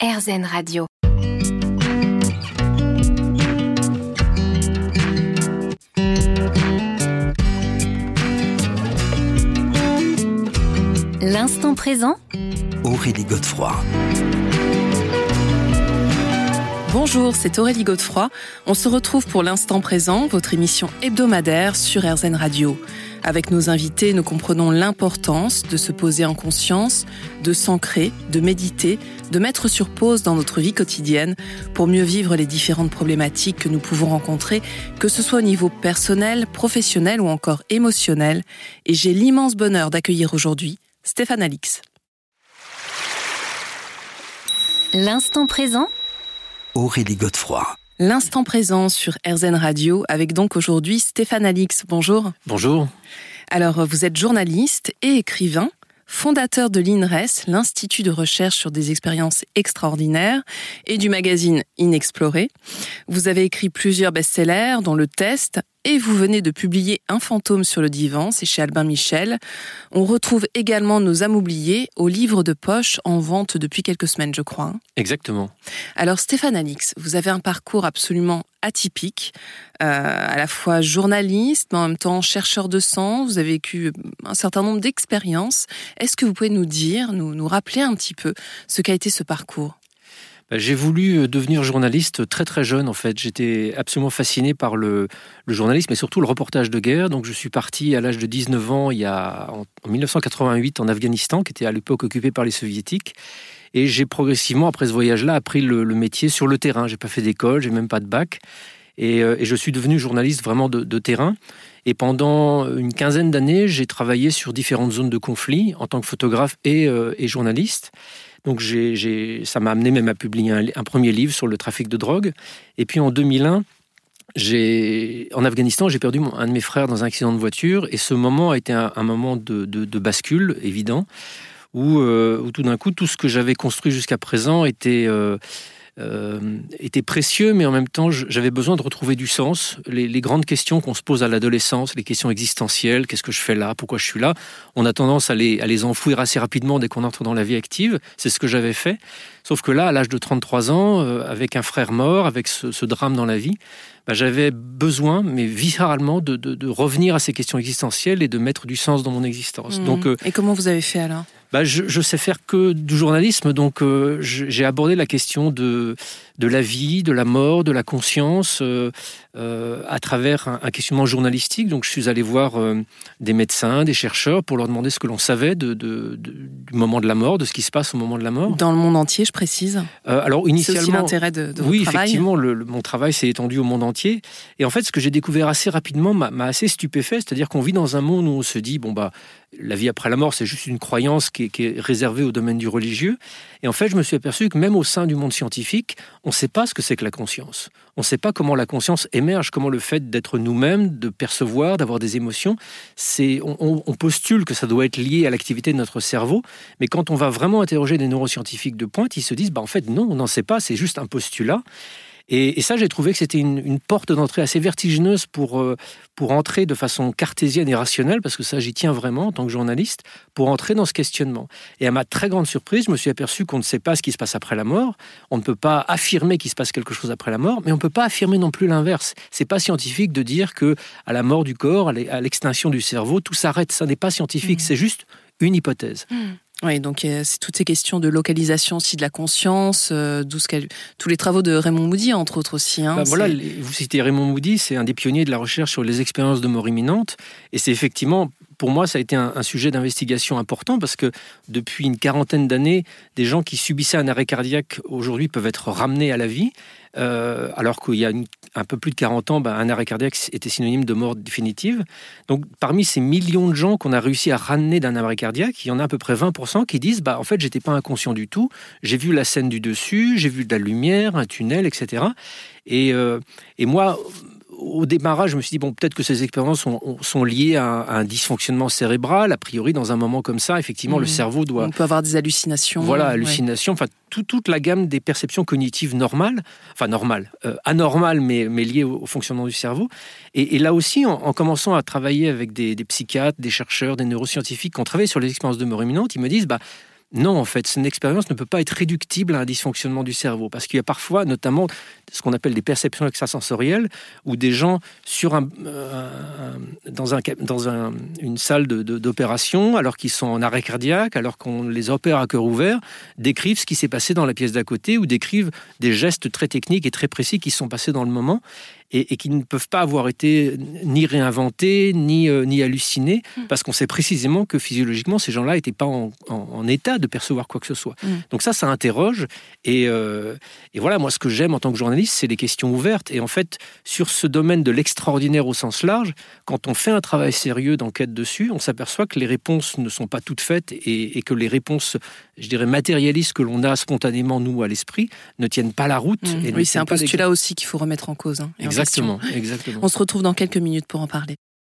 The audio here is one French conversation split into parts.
RZN Radio. L'instant présent, Aurélie Godefroy. Bonjour, c'est Aurélie Godefroy. On se retrouve pour l'instant présent, votre émission hebdomadaire sur RZN Radio. Avec nos invités, nous comprenons l'importance de se poser en conscience, de s'ancrer, de méditer, de mettre sur pause dans notre vie quotidienne pour mieux vivre les différentes problématiques que nous pouvons rencontrer, que ce soit au niveau personnel, professionnel ou encore émotionnel. Et j'ai l'immense bonheur d'accueillir aujourd'hui Stéphane Alix. L'instant présent, Aurélie Godefroy. L'instant présent sur RZN Radio avec donc aujourd'hui Stéphane Alix. Bonjour. Bonjour. Alors, vous êtes journaliste et écrivain, fondateur de l'INRES, l'Institut de recherche sur des expériences extraordinaires, et du magazine Inexploré. Vous avez écrit plusieurs best-sellers, dont Le Test, et vous venez de publier Un fantôme sur le divan, c'est chez Albin Michel. On retrouve également Nos âmes oubliées au livre de poche en vente depuis quelques semaines, je crois. Exactement. Alors Stéphane Alix, vous avez un parcours absolument atypique, à la fois journaliste, mais en même temps chercheur de sens. Vous avez vécu un certain nombre d'expériences. Est-ce que vous pouvez nous dire, nous rappeler un petit peu ce qu'a été ce parcours ? J'ai voulu devenir journaliste très très jeune en fait. J'étais absolument fasciné par le journalisme et surtout le reportage de guerre. Donc je suis parti à l'âge de 19 ans en 1988 en Afghanistan, qui était à l'époque occupé par les soviétiques. Et j'ai progressivement, après ce voyage-là, appris le métier sur le terrain. J'ai pas fait d'école, j'ai même pas de bac. Et je suis devenu journaliste vraiment de terrain. Et pendant une quinzaine d'années, j'ai travaillé sur différentes zones de conflit en tant que photographe et journaliste. Donc ça m'a amené même à publier un premier livre sur le trafic de drogue. Et puis en 2001, en Afghanistan, j'ai perdu un de mes frères dans un accident de voiture. Et ce moment a été un moment de bascule évident, où tout d'un coup, tout ce que j'avais construit jusqu'à présent était précieux, mais en même temps, j'avais besoin de retrouver du sens. Les grandes questions qu'on se pose à l'adolescence, les questions existentielles, qu'est-ce que je fais là, pourquoi je suis là, on a tendance à les enfouir assez rapidement dès qu'on entre dans la vie active. C'est ce que j'avais fait. Sauf que là, à l'âge de 33 ans, avec un frère mort, avec ce drame dans la vie, j'avais besoin, mais viscéralement, de revenir à ces questions existentielles et de mettre du sens dans mon existence. Donc, et comment vous avez fait alors ? Je sais faire que du journalisme, donc j'ai abordé la question de la vie, de la mort, de la conscience à travers un questionnement journalistique. Donc je suis allé voir des médecins, des chercheurs pour leur demander ce que l'on savait du moment de la mort, de ce qui se passe au moment de la mort. Dans le monde entier, je précise. Alors initialement, c'est aussi l'intérêt de votre travail. Oui, effectivement, mon travail s'est étendu au monde entier. Et en fait, ce que j'ai découvert assez rapidement m'a assez stupéfait, c'est-à-dire qu'on vit dans un monde où on se dit la vie après la mort, c'est juste une croyance qui est réservée au domaine du religieux. Et en fait, je me suis aperçu que même au sein du monde scientifique, on ne sait pas ce que c'est que la conscience. On ne sait pas comment la conscience émerge, comment le fait d'être nous-mêmes, de percevoir, d'avoir des émotions, on postule que ça doit être lié à l'activité de notre cerveau. Mais quand on va vraiment interroger des neuroscientifiques de pointe, ils se disent, en fait, non, on n'en sait pas, c'est juste un postulat. Et ça, j'ai trouvé que c'était une porte d'entrée assez vertigineuse pour entrer de façon cartésienne et rationnelle, parce que ça, j'y tiens vraiment en tant que journaliste, pour entrer dans ce questionnement. Et à ma très grande surprise, je me suis aperçu qu'on ne sait pas ce qui se passe après la mort. On ne peut pas affirmer qu'il se passe quelque chose après la mort, mais on ne peut pas affirmer non plus l'inverse. C'est pas scientifique de dire que à la mort du corps, à l'extinction du cerveau, tout s'arrête. Ça n'est pas scientifique, c'est juste une hypothèse. Oui, donc c'est toutes ces questions de localisation aussi de la conscience, tous les travaux de Raymond Moody, entre autres aussi. Vous citez Raymond Moody, c'est un des pionniers de la recherche sur les expériences de mort imminente. Et c'est effectivement, pour moi, ça a été un sujet d'investigation important parce que depuis une quarantaine d'années, des gens qui subissaient un arrêt cardiaque aujourd'hui peuvent être ramenés à la vie. Alors qu'il y a un peu plus de 40 ans, un arrêt cardiaque était synonyme de mort définitive. Donc, parmi ces millions de gens qu'on a réussi à ramener d'un arrêt cardiaque, il y en a à peu près 20% qui disent en fait, j'étais pas inconscient du tout. J'ai vu la scène du dessus, j'ai vu de la lumière, un tunnel, etc. Et moi, au démarrage, je me suis dit, peut-être que ces expériences sont liées à un dysfonctionnement cérébral. A priori, dans un moment comme ça, effectivement, le cerveau doit... On peut avoir des hallucinations. Voilà, hallucinations, toute la gamme des perceptions cognitives normales, anormales, mais liées au fonctionnement du cerveau. Et là aussi, en commençant à travailler avec des psychiatres, des chercheurs, des neuroscientifiques qui ont travaillé sur les expériences de mort imminente, ils me disent, Non, en fait, une expérience ne peut pas être réductible à un dysfonctionnement du cerveau, parce qu'il y a parfois, notamment, ce qu'on appelle des perceptions extrasensorielles, où des gens dans une salle d'opération, alors qu'ils sont en arrêt cardiaque, alors qu'on les opère à cœur ouvert, décrivent ce qui s'est passé dans la pièce d'à côté, ou décrivent des gestes très techniques et très précis qui se sont passés dans le moment, et qui ne peuvent pas avoir été ni réinventés, ni hallucinés, parce qu'on sait précisément que physiologiquement, ces gens-là n'étaient pas en état de percevoir quoi que ce soit. Donc ça interroge. Et voilà, moi, ce que j'aime en tant que journaliste, c'est les questions ouvertes. Et en fait, sur ce domaine de l'extraordinaire au sens large, quand on fait un travail sérieux d'enquête dessus, on s'aperçoit que les réponses ne sont pas toutes faites et que les réponses, je dirais, matérialistes que l'on a spontanément, nous, à l'esprit, ne tiennent pas la route. Oui, c'est un postulat aussi qu'il faut remettre en cause. Exactement. On se retrouve dans quelques minutes pour en parler.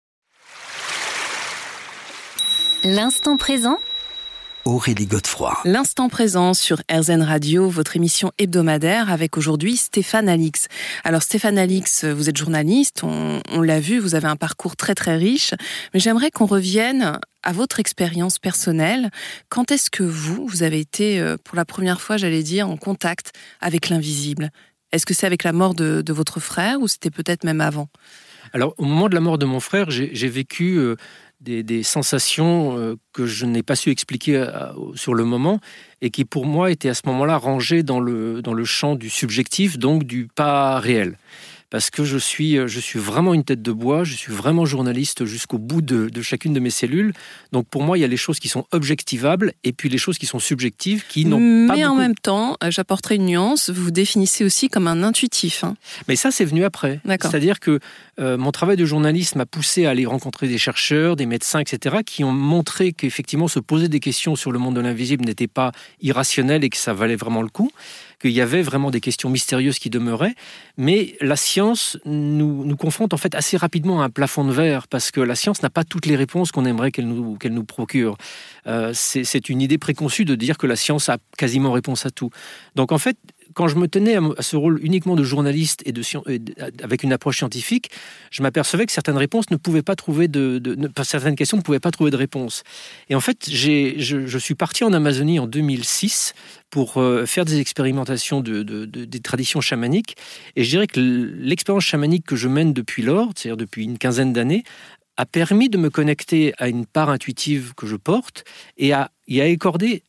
L'instant présent. Aurélie Godefroy. L'instant présent sur RZN Radio, votre émission hebdomadaire avec aujourd'hui Stéphane Alix. Alors Stéphane Alix, vous êtes journaliste, on l'a vu, vous avez un parcours très très riche, mais j'aimerais qu'on revienne à votre expérience personnelle. Quand est-ce que vous avez été pour la première fois, j'allais dire, en contact avec l'invisible ? Est-ce que c'est avec la mort de votre frère ou c'était peut-être même avant ? Alors, au moment de la mort de mon frère, j'ai vécu des sensations que je n'ai pas su expliquer sur le moment et qui, pour moi, étaient à ce moment-là rangées dans le champ du subjectif, donc du pas réel. Parce que je suis vraiment une tête de bois, je suis vraiment journaliste jusqu'au bout de chacune de mes cellules. Donc pour moi, il y a les choses qui sont objectivables et puis les choses qui sont subjectives qui n'ont pas beaucoup... Mais en même temps, j'apporterai une nuance, vous vous définissez aussi comme un intuitif. Mais ça, c'est venu après. D'accord. C'est-à-dire que mon travail de journaliste m'a poussé à aller rencontrer des chercheurs, des médecins, etc., qui ont montré qu'effectivement, se poser des questions sur le monde de l'invisible n'était pas irrationnel et que ça valait vraiment le coup, qu'il y avait vraiment des questions mystérieuses qui demeuraient, mais la science nous confronte en fait assez rapidement à un plafond de verre, parce que la science n'a pas toutes les réponses qu'on aimerait qu'elle nous procure. C'est une idée préconçue de dire que la science a quasiment réponse à tout. Donc en fait, quand je me tenais à ce rôle uniquement de journaliste et avec une approche scientifique, je m'apercevais que certaines réponses ne pouvaient pas trouver certaines questions ne pouvaient pas trouver de réponse. Et en fait, je suis parti en Amazonie en 2006 pour faire des expérimentations des traditions chamaniques. Et je dirais que l'expérience chamanique que je mène depuis lors, c'est-à-dire depuis une quinzaine d'années, a permis de me connecter à une part intuitive que je porte et à y accorder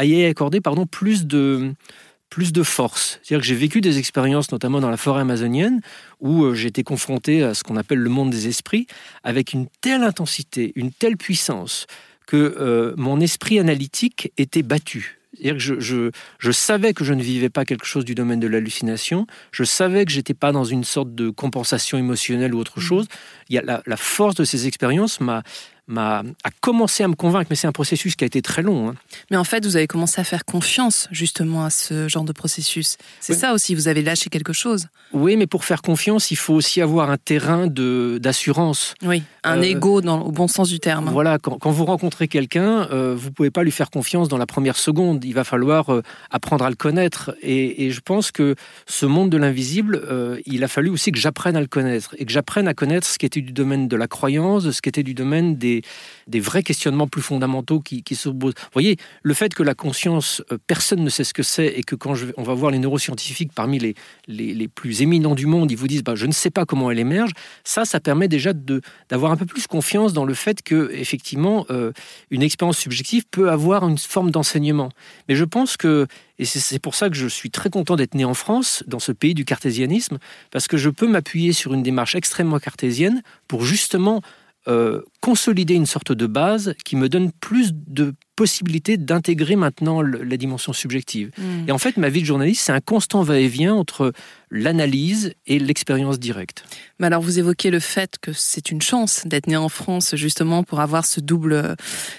plus de force. C'est-à-dire que j'ai vécu des expériences, notamment dans la forêt amazonienne, où j'ai été confronté à ce qu'on appelle le monde des esprits, avec une telle intensité, une telle puissance, que mon esprit analytique était battu. C'est-à-dire que je savais que je ne vivais pas quelque chose du domaine de l'hallucination, je savais que je n'étais pas dans une sorte de compensation émotionnelle ou autre chose. Il y a la force de ces expériences a commencé à me convaincre, mais c'est un processus qui a été très long. Mais en fait, vous avez commencé à faire confiance justement à ce genre de processus. C'est ça aussi, vous avez lâché quelque chose. Oui, mais pour faire confiance, il faut aussi avoir un terrain d'assurance. Oui, un ego au bon sens du terme. Voilà, quand vous rencontrez quelqu'un, vous ne pouvez pas lui faire confiance dans la première seconde. Il va falloir apprendre à le connaître. Et je pense que ce monde de l'invisible, il a fallu aussi que j'apprenne à le connaître. Et que j'apprenne à connaître ce qui était du domaine de la croyance, ce qui était du domaine des vrais questionnements plus fondamentaux qui se posent. Vous voyez, le fait que la conscience, personne ne sait ce que c'est, et que quand on va voir les neuroscientifiques parmi les plus éminents du monde, ils vous disent je ne sais pas comment elle émerge, ça permet déjà d'avoir un peu plus confiance dans le fait que, effectivement, une expérience subjective peut avoir une forme d'enseignement. Mais je pense que, et c'est pour ça que je suis très content d'être né en France, dans ce pays du cartésianisme, parce que je peux m'appuyer sur une démarche extrêmement cartésienne pour justement consolider une sorte de base qui me donne plus de possibilités d'intégrer maintenant la dimension subjective. Et en fait, ma vie de journaliste, c'est un constant va-et-vient entre l'analyse et l'expérience directe. Mais alors, vous évoquez le fait que c'est une chance d'être né en France, justement, pour avoir ce double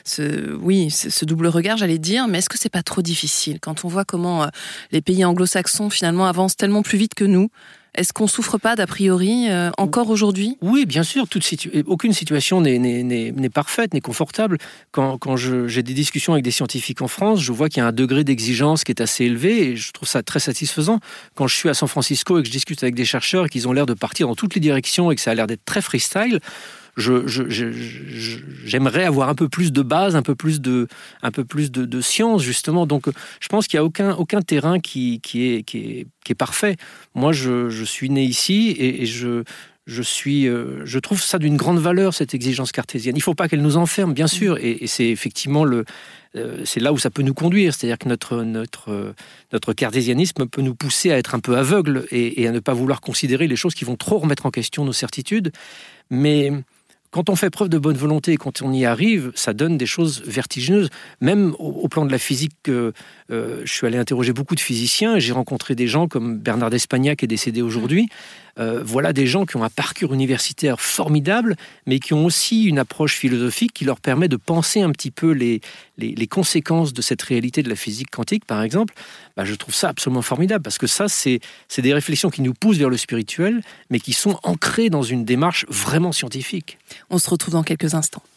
regard, j'allais dire. Mais est-ce que c'est pas trop difficile quand on voit comment les pays anglo-saxons, finalement, avancent tellement plus vite que nous ? Est-ce qu'on ne souffre pas d'a priori encore aujourd'hui ? Oui, bien sûr. Aucune situation n'est parfaite, n'est confortable. Quand j'ai des discussions avec des scientifiques en France, je vois qu'il y a un degré d'exigence qui est assez élevé et je trouve ça très satisfaisant. Quand je suis à San Francisco et que je discute avec des chercheurs et qu'ils ont l'air de partir dans toutes les directions et que ça a l'air d'être très freestyle, j'aimerais avoir un peu plus de base, un peu plus de science, justement. Donc, je pense qu'il n'y a aucun terrain qui est parfait. Moi, je suis né ici et je trouve ça d'une grande valeur, cette exigence cartésienne. Il ne faut pas qu'elle nous enferme, bien sûr, et c'est effectivement c'est là où ça peut nous conduire, c'est-à-dire que notre cartésianisme peut nous pousser à être un peu aveugles et à ne pas vouloir considérer les choses qui vont trop remettre en question nos certitudes. Mais quand on fait preuve de bonne volonté et quand on y arrive, ça donne des choses vertigineuses. Même au plan de la physique, je suis allé interroger beaucoup de physiciens et j'ai rencontré des gens comme Bernard d'Espagnac qui est décédé aujourd'hui. Voilà des gens qui ont un parcours universitaire formidable, mais qui ont aussi une approche philosophique qui leur permet de penser un petit peu les conséquences de cette réalité de la physique quantique, par exemple. Je trouve ça absolument formidable, parce que ça, c'est des réflexions qui nous poussent vers le spirituel, mais qui sont ancrées dans une démarche vraiment scientifique. On se retrouve dans quelques instants.